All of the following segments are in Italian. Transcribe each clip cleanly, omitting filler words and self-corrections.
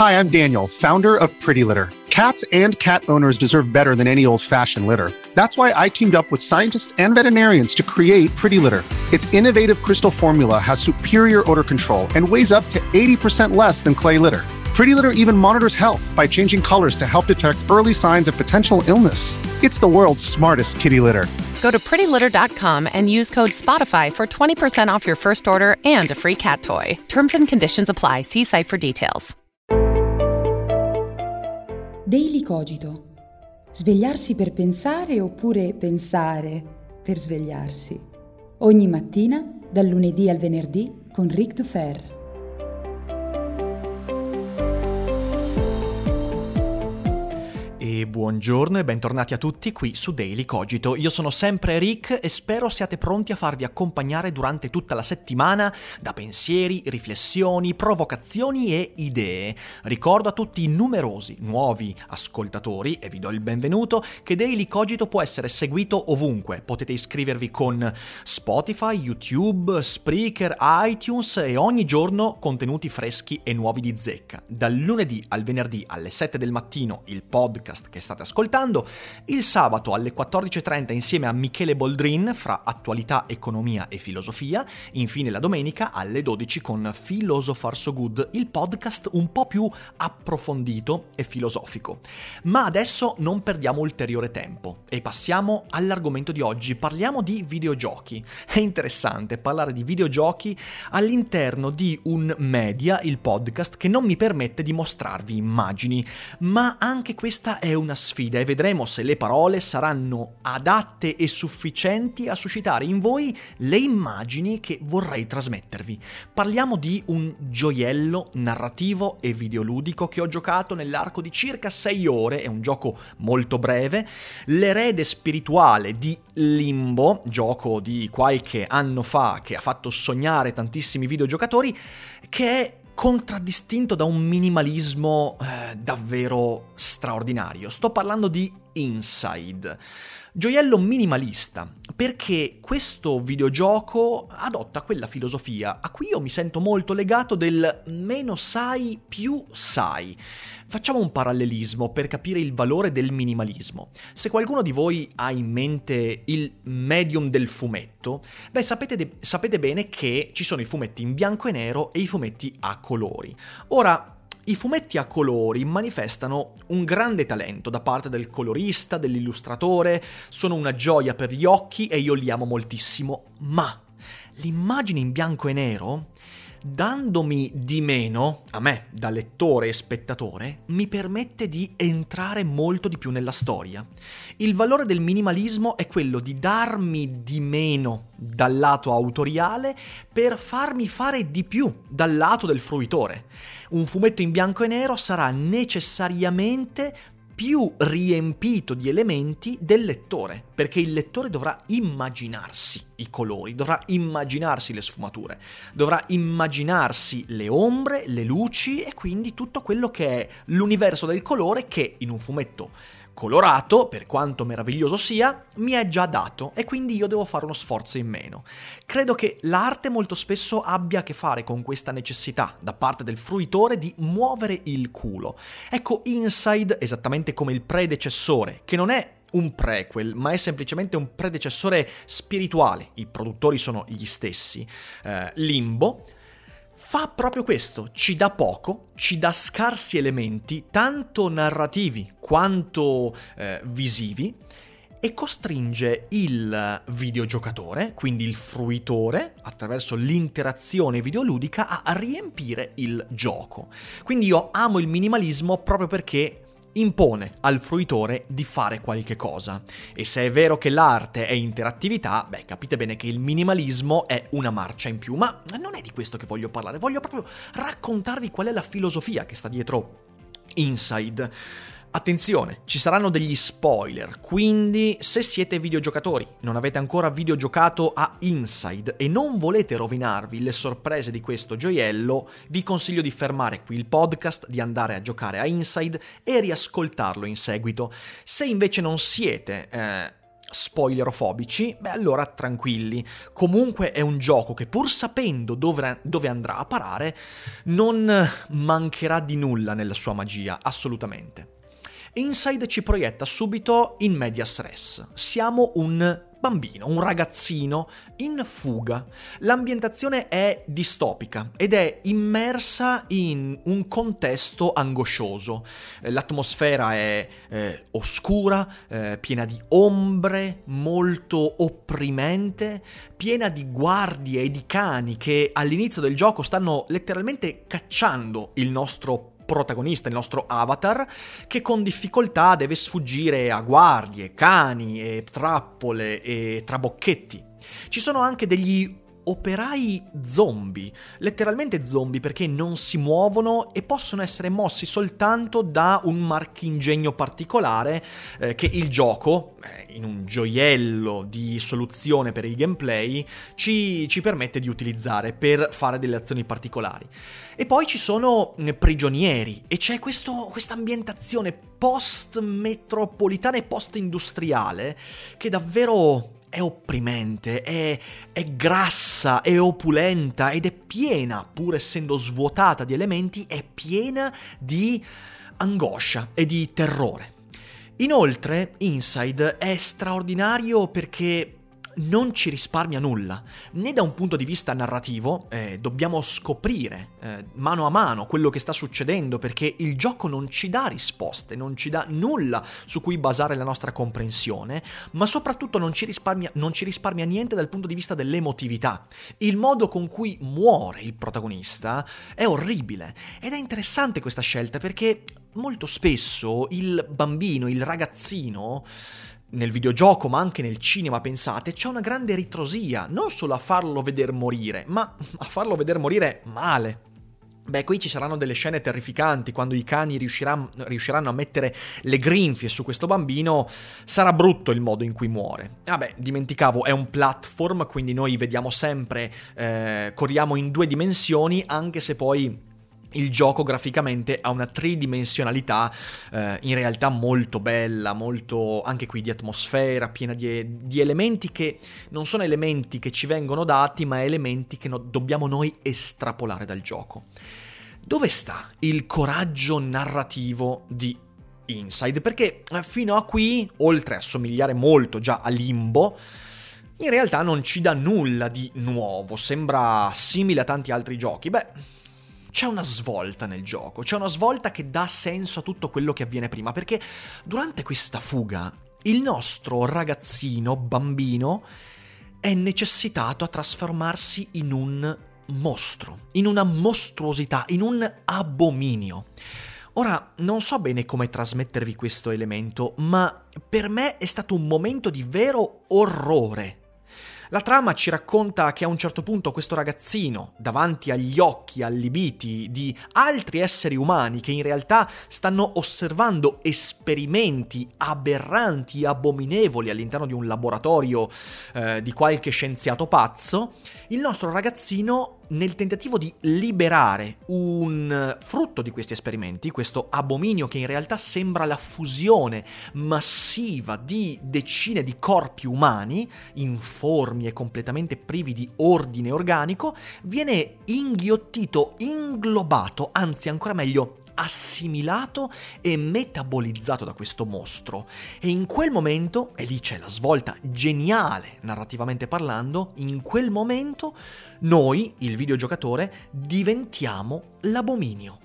Hi, I'm Daniel, founder of Pretty Litter. Cats and cat owners deserve better than any old-fashioned litter. That's why I teamed up with scientists and veterinarians to create Pretty Litter. Its innovative crystal formula has superior odor control and weighs up to 80% less than clay litter. Pretty Litter even monitors health by changing colors to help detect early signs of potential illness. It's the world's smartest kitty litter. Go to prettylitter.com and use code SPOTIFY for 20% off your first order and a free cat toy. Terms and conditions apply. See site for details. Daily Cogito. Svegliarsi per pensare oppure pensare per svegliarsi. Ogni mattina, dal lunedì al venerdì, con Ric Dufer. E buongiorno e bentornati a tutti qui su Daily Cogito. Io sono sempre Rick e spero siate pronti a farvi accompagnare durante tutta la settimana da pensieri, riflessioni, provocazioni e idee. Ricordo a tutti i numerosi nuovi ascoltatori, e vi do il benvenuto, che Daily Cogito può essere seguito ovunque. Potete iscrivervi con Spotify, YouTube, Spreaker, iTunes e ogni giorno contenuti freschi e nuovi di zecca. Dal lunedì al venerdì alle 7 del mattino il podcast che state ascoltando, il sabato alle 14.30 insieme a Michele Boldrin fra attualità, economia e filosofia, infine la domenica alle 12 con Philosopher So Good, il podcast un po' più approfondito e filosofico. Ma adesso non perdiamo ulteriore tempo e passiamo all'argomento di oggi. Parliamo di videogiochi. È interessante parlare di videogiochi all'interno di un media, il podcast, che non mi permette di mostrarvi immagini, ma anche questa è una sfida e vedremo se le parole saranno adatte e sufficienti a suscitare in voi le immagini che vorrei trasmettervi. Parliamo di un gioiello narrativo e videoludico che ho giocato nell'arco di circa 6 ore, è un gioco molto breve, l'erede spirituale di Limbo, gioco di qualche anno fa che ha fatto sognare tantissimi videogiocatori, che è contraddistinto da un minimalismo davvero straordinario. Sto parlando di Inside. Gioiello minimalista, perché questo videogioco adotta quella filosofia a cui io mi sento molto legato del meno sai più sai. Facciamo un parallelismo per capire il valore del minimalismo. Se qualcuno di voi ha in mente il medium del fumetto, sapete bene che ci sono i fumetti in bianco e nero e i fumetti a colori. Ora, i fumetti a colori manifestano un grande talento da parte del colorista, dell'illustratore, sono una gioia per gli occhi e io li amo moltissimo, ma l'immagine in bianco e nero, dandomi di meno, a me, da lettore e spettatore, mi permette di entrare molto di più nella storia. Il valore del minimalismo è quello di darmi di meno dal lato autoriale per farmi fare di più dal lato del fruitore. Un fumetto in bianco e nero sarà necessariamente più riempito di elementi del lettore, perché il lettore dovrà immaginarsi i colori, dovrà immaginarsi le sfumature, dovrà immaginarsi le ombre, le luci e quindi tutto quello che è l'universo del colore che in un fumetto colorato, per quanto meraviglioso sia, mi è già dato e quindi io devo fare uno sforzo in meno. Credo che l'arte molto spesso abbia a che fare con questa necessità da parte del fruitore di muovere il culo. Ecco, Inside, esattamente come il predecessore, che non è un prequel, ma è semplicemente un predecessore spirituale, i produttori sono gli stessi, Limbo, fa proprio questo, ci dà poco, ci dà scarsi elementi, tanto narrativi quanto visivi, e costringe il videogiocatore, quindi il fruitore, attraverso l'interazione videoludica, a riempire il gioco. Quindi io amo il minimalismo proprio perché impone al fruitore di fare qualche cosa. E se è vero che l'arte è interattività, capite bene che il minimalismo è una marcia in più. Ma non è di questo che voglio parlare, voglio proprio raccontarvi qual è la filosofia che sta dietro Inside. Attenzione, ci saranno degli spoiler, quindi se siete videogiocatori, non avete ancora videogiocato a Inside e non volete rovinarvi le sorprese di questo gioiello, vi consiglio di fermare qui il podcast, di andare a giocare a Inside e riascoltarlo in seguito. Se invece non siete spoilerofobici, beh allora tranquilli. Comunque è un gioco che, pur sapendo dove andrà a parare, non mancherà di nulla nella sua magia, assolutamente. Inside ci proietta subito in medias res. Siamo un bambino, un ragazzino in fuga. L'ambientazione è distopica ed è immersa in un contesto angoscioso. L'atmosfera è oscura, piena di ombre, molto opprimente, piena di guardie e di cani che all'inizio del gioco stanno letteralmente cacciando il nostro protagonista, il nostro avatar, che con difficoltà deve sfuggire a guardie, cani e trappole e trabocchetti. Ci sono anche degli operai zombie, letteralmente zombie, perché non si muovono e possono essere mossi soltanto da un marchingegno particolare che il gioco, in un gioiello di soluzione per il gameplay, ci permette di utilizzare per fare delle azioni particolari. E poi ci sono prigionieri e c'è questa ambientazione post-metropolitana e post-industriale che davvero è opprimente, è grassa, è opulenta ed è piena, pur essendo svuotata di elementi, è piena di angoscia e di terrore. Inoltre, Inside è straordinario perché non ci risparmia nulla, né da un punto di vista narrativo, dobbiamo scoprire mano a mano quello che sta succedendo, perché il gioco non ci dà risposte, non ci dà nulla su cui basare la nostra comprensione, ma soprattutto non ci risparmia niente dal punto di vista dell'emotività. Il modo con cui muore il protagonista è orribile, ed è interessante questa scelta perché molto spesso il bambino, il ragazzino, nel videogioco ma anche nel cinema, pensate, c'è una grande ritrosia, non solo a farlo veder morire, ma a farlo veder morire male. Beh, qui ci saranno delle scene terrificanti, quando i cani riusciranno a mettere le grinfie su questo bambino, sarà brutto il modo in cui muore. Vabbè, dimenticavo, è un platform, quindi noi vediamo sempre, corriamo in 2 dimensioni, anche se poi il gioco graficamente ha una tridimensionalità in realtà molto bella, molto anche qui di atmosfera, piena di elementi che non sono elementi che ci vengono dati, ma elementi che dobbiamo noi estrapolare dal gioco. Dove sta il coraggio narrativo di Inside? Perché fino a qui, oltre a somigliare molto già a Limbo, in realtà non ci dà nulla di nuovo, sembra simile a tanti altri giochi. Beh, c'è una svolta nel gioco, c'è una svolta che dà senso a tutto quello che avviene prima, perché durante questa fuga il nostro ragazzino, bambino, è necessitato a trasformarsi in un mostro, in una mostruosità, in un abominio. Ora, non so bene come trasmettervi questo elemento, ma per me è stato un momento di vero orrore. La trama ci racconta che a un certo punto questo ragazzino, davanti agli occhi allibiti di altri esseri umani che in realtà stanno osservando esperimenti aberranti e abominevoli all'interno di un laboratorio di qualche scienziato pazzo, il nostro ragazzino, nel tentativo di liberare un frutto di questi esperimenti, questo abominio che in realtà sembra la fusione massiva di decine di corpi umani, informi e completamente privi di ordine organico, viene inghiottito, inglobato, anzi ancora meglio, assimilato e metabolizzato da questo mostro. E in quel momento, e lì c'è la svolta geniale narrativamente parlando, in quel momento noi, il videogiocatore, diventiamo l'abominio.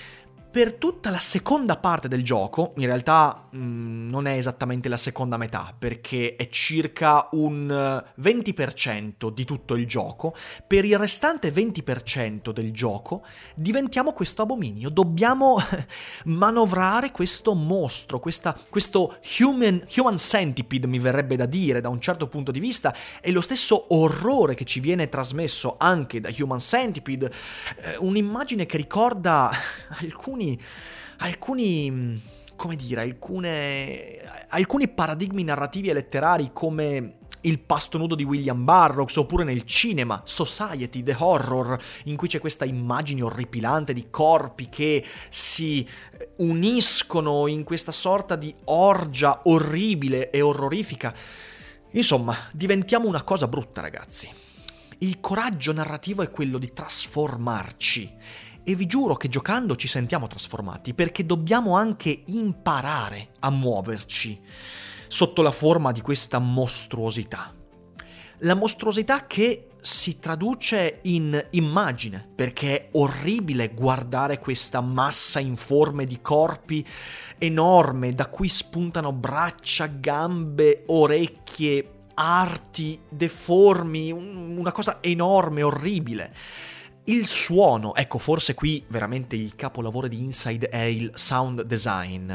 Per tutta la seconda parte del gioco, in realtà non è esattamente la seconda metà, perché è circa un 20% di tutto il gioco, per il restante 20% del gioco diventiamo questo abominio, dobbiamo manovrare questo mostro, questo human centipede, mi verrebbe da dire, da un certo punto di vista, e lo stesso orrore che ci viene trasmesso anche da Human Centipede, un'immagine che ricorda alcuni paradigmi narrativi e letterari, come Il pasto nudo di William Burroughs, oppure nel cinema Society, The Horror, in cui c'è questa immagine orripilante di corpi che si uniscono in questa sorta di orgia orribile e orrorifica. Insomma, diventiamo una cosa brutta, ragazzi. Il coraggio narrativo è quello di trasformarci. E vi giuro che giocando ci sentiamo trasformati, perché dobbiamo anche imparare a muoverci sotto la forma di questa mostruosità. La mostruosità che si traduce in immagine, perché è orribile guardare questa massa informe di corpi enorme da cui spuntano braccia, gambe, orecchie, arti deformi, una cosa enorme, orribile. Il suono, ecco, forse qui veramente il capolavoro di Inside è il sound design.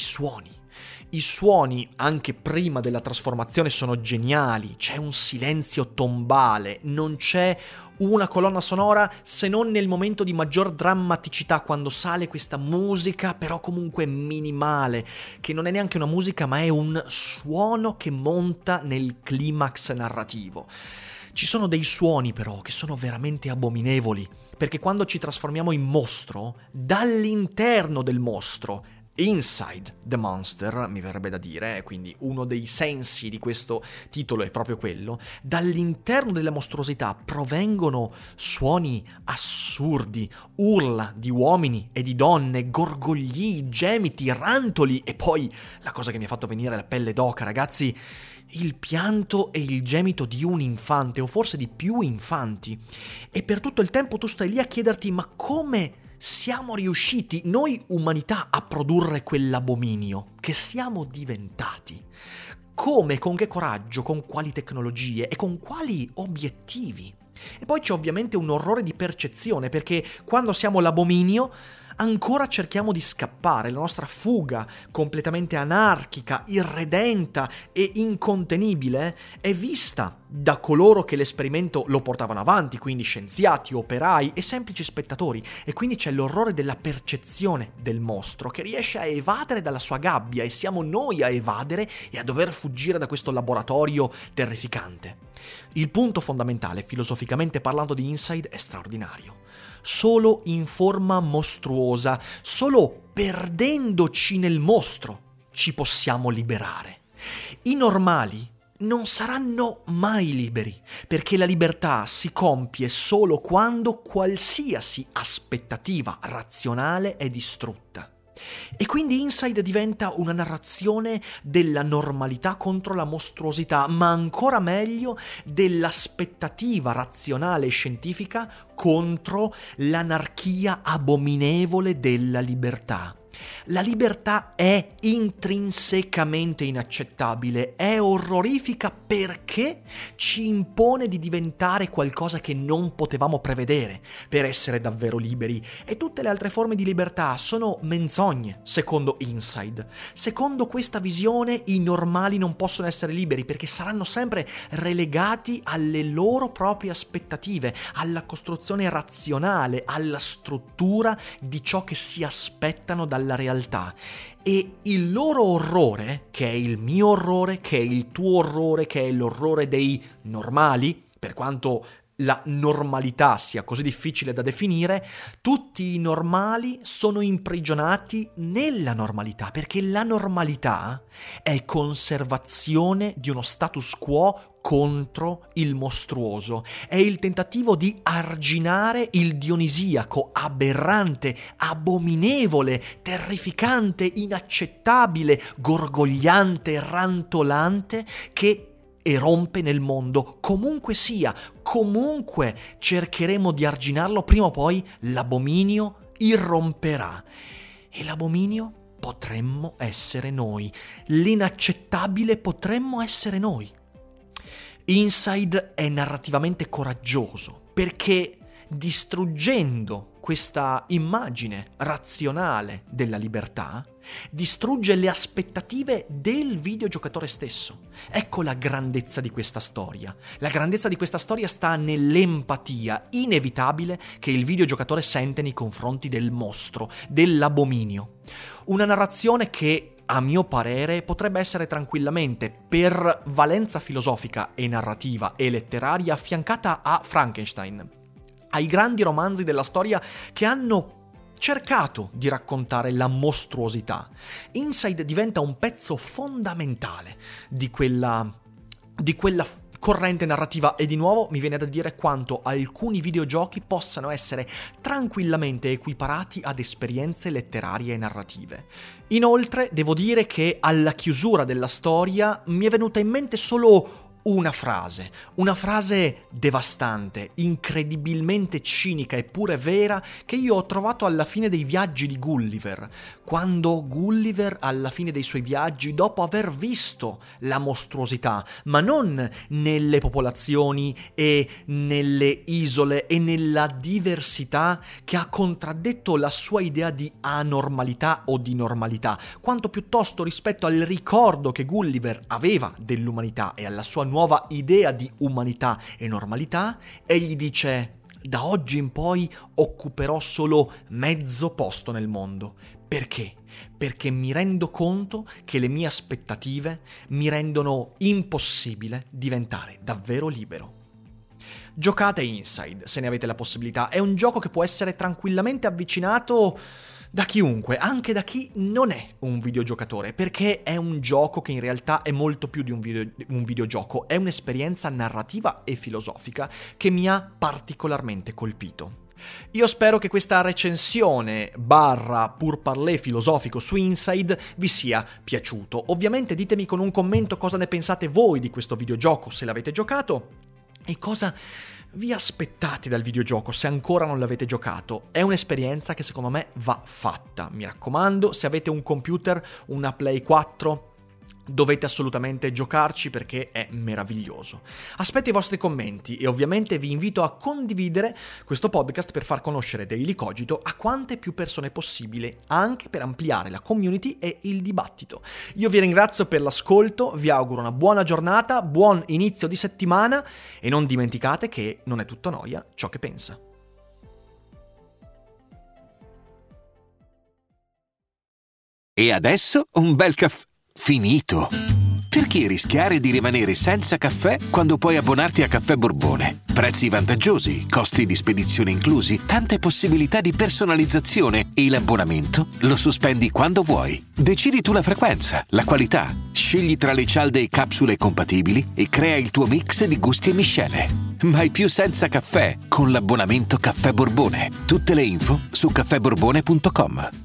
I suoni anche prima della trasformazione sono geniali, c'è un silenzio tombale, non c'è una colonna sonora se non nel momento di maggior drammaticità, quando sale questa musica però comunque minimale, che non è neanche una musica ma è un suono che monta nel climax narrativo. Ci sono dei suoni però che sono veramente abominevoli, perché quando ci trasformiamo in mostro, dall'interno del mostro, inside the monster, mi verrebbe da dire, quindi uno dei sensi di questo titolo è proprio quello, dall'interno della mostruosità provengono suoni assurdi, urla di uomini e di donne, gorgogli, gemiti, rantoli e poi la cosa che mi ha fatto venire la pelle d'oca, ragazzi, il pianto e il gemito di un infante, o forse di più infanti. E per tutto il tempo tu stai lì a chiederti: ma come siamo riusciti, noi umanità, a produrre quell'abominio che siamo diventati? Come, con che coraggio, con quali tecnologie e con quali obiettivi? E poi c'è ovviamente un orrore di percezione, perché quando siamo l'abominio ancora cerchiamo di scappare, la nostra fuga completamente anarchica, irredenta e incontenibile è vista da coloro che l'esperimento lo portavano avanti, quindi scienziati, operai e semplici spettatori, e quindi c'è l'orrore della percezione del mostro che riesce a evadere dalla sua gabbia e siamo noi a evadere e a dover fuggire da questo laboratorio terrificante. Il punto fondamentale, filosoficamente parlando, di Inside è straordinario. Solo in forma mostruosa, solo perdendoci nel mostro, ci possiamo liberare. I normali non saranno mai liberi, perché la libertà si compie solo quando qualsiasi aspettativa razionale è distrutta. E quindi Inside diventa una narrazione della normalità contro la mostruosità, ma ancora meglio dell'aspettativa razionale e scientifica contro l'anarchia abominevole della libertà. La libertà è intrinsecamente inaccettabile, è orrorifica perché ci impone di diventare qualcosa che non potevamo prevedere per essere davvero liberi, e tutte le altre forme di libertà sono menzogne, secondo Inside. Secondo questa visione i normali non possono essere liberi perché saranno sempre relegati alle loro proprie aspettative, alla costruzione razionale, alla struttura di ciò che si aspettano dalla realtà, e il loro orrore, che è il mio orrore, che è il tuo orrore, che è l'orrore dei normali, per quanto la normalità sia così difficile da definire, tutti i normali sono imprigionati nella normalità, perché la normalità è conservazione di uno status quo contro il mostruoso, è il tentativo di arginare il dionisiaco, aberrante, abominevole, terrificante, inaccettabile, gorgogliante, rantolante, che erompe nel mondo, comunque sia, comunque cercheremo di arginarlo, prima o poi l'abominio irromperà. E l'abominio potremmo essere noi, l'inaccettabile potremmo essere noi. Inside è narrativamente coraggioso, perché distruggendo questa immagine razionale della libertà, distrugge le aspettative del videogiocatore stesso. Ecco la grandezza di questa storia. La grandezza di questa storia sta nell'empatia inevitabile che il videogiocatore sente nei confronti del mostro, dell'abominio. Una narrazione che, a mio parere, potrebbe essere tranquillamente, per valenza filosofica e narrativa e letteraria, affiancata a Frankenstein, ai grandi romanzi della storia che hanno cercato di raccontare la mostruosità. Inside diventa un pezzo fondamentale di quella di quella corrente narrativa, e di nuovo mi viene da dire quanto alcuni videogiochi possano essere tranquillamente equiparati ad esperienze letterarie e narrative. Inoltre devo dire che alla chiusura della storia mi è venuta in mente solo una frase devastante, incredibilmente cinica eppure vera, che io ho trovato alla fine dei viaggi di Gulliver, quando Gulliver alla fine dei suoi viaggi, dopo aver visto la mostruosità, ma non nelle popolazioni e nelle isole e nella diversità che ha contraddetto la sua idea di anormalità o di normalità, quanto piuttosto rispetto al ricordo che Gulliver aveva dell'umanità e alla sua nuova idea di umanità e normalità, egli dice: da oggi in poi occuperò solo mezzo posto nel mondo. Perché? Perché mi rendo conto che le mie aspettative mi rendono impossibile diventare davvero libero. Giocate Inside se ne avete la possibilità, è un gioco che può essere tranquillamente avvicinato da chiunque, anche da chi non è un videogiocatore, perché è un gioco che in realtà è molto più di un videogioco, è un'esperienza narrativa e filosofica che mi ha particolarmente colpito. Io spero che questa recensione /pourparlers filosofico su Inside vi sia piaciuto. Ovviamente ditemi con un commento cosa ne pensate voi di questo videogioco, se l'avete giocato, e cosa vi aspettate dal videogioco se ancora non l'avete giocato. È un'esperienza che secondo me va fatta. Mi raccomando, se avete un computer, una Play 4, dovete assolutamente giocarci perché è meraviglioso. Aspetto i vostri commenti e ovviamente vi invito a condividere questo podcast per far conoscere Daily Cogito a quante più persone possibile, anche per ampliare la community e il dibattito. Io vi ringrazio per l'ascolto, vi auguro una buona giornata, buon inizio di settimana e non dimenticate che non è tutto noia ciò che pensa. E adesso un bel caffè finito. Perché rischiare di rimanere senza caffè quando puoi abbonarti a Caffè Borbone? Prezzi vantaggiosi, costi di spedizione inclusi, tante possibilità di personalizzazione e l'abbonamento lo sospendi quando vuoi. Decidi tu la frequenza, la qualità, scegli tra le cialde e capsule compatibili e crea il tuo mix di gusti e miscele. Mai più senza caffè con l'abbonamento Caffè Borbone. Tutte le info su caffèborbone.com.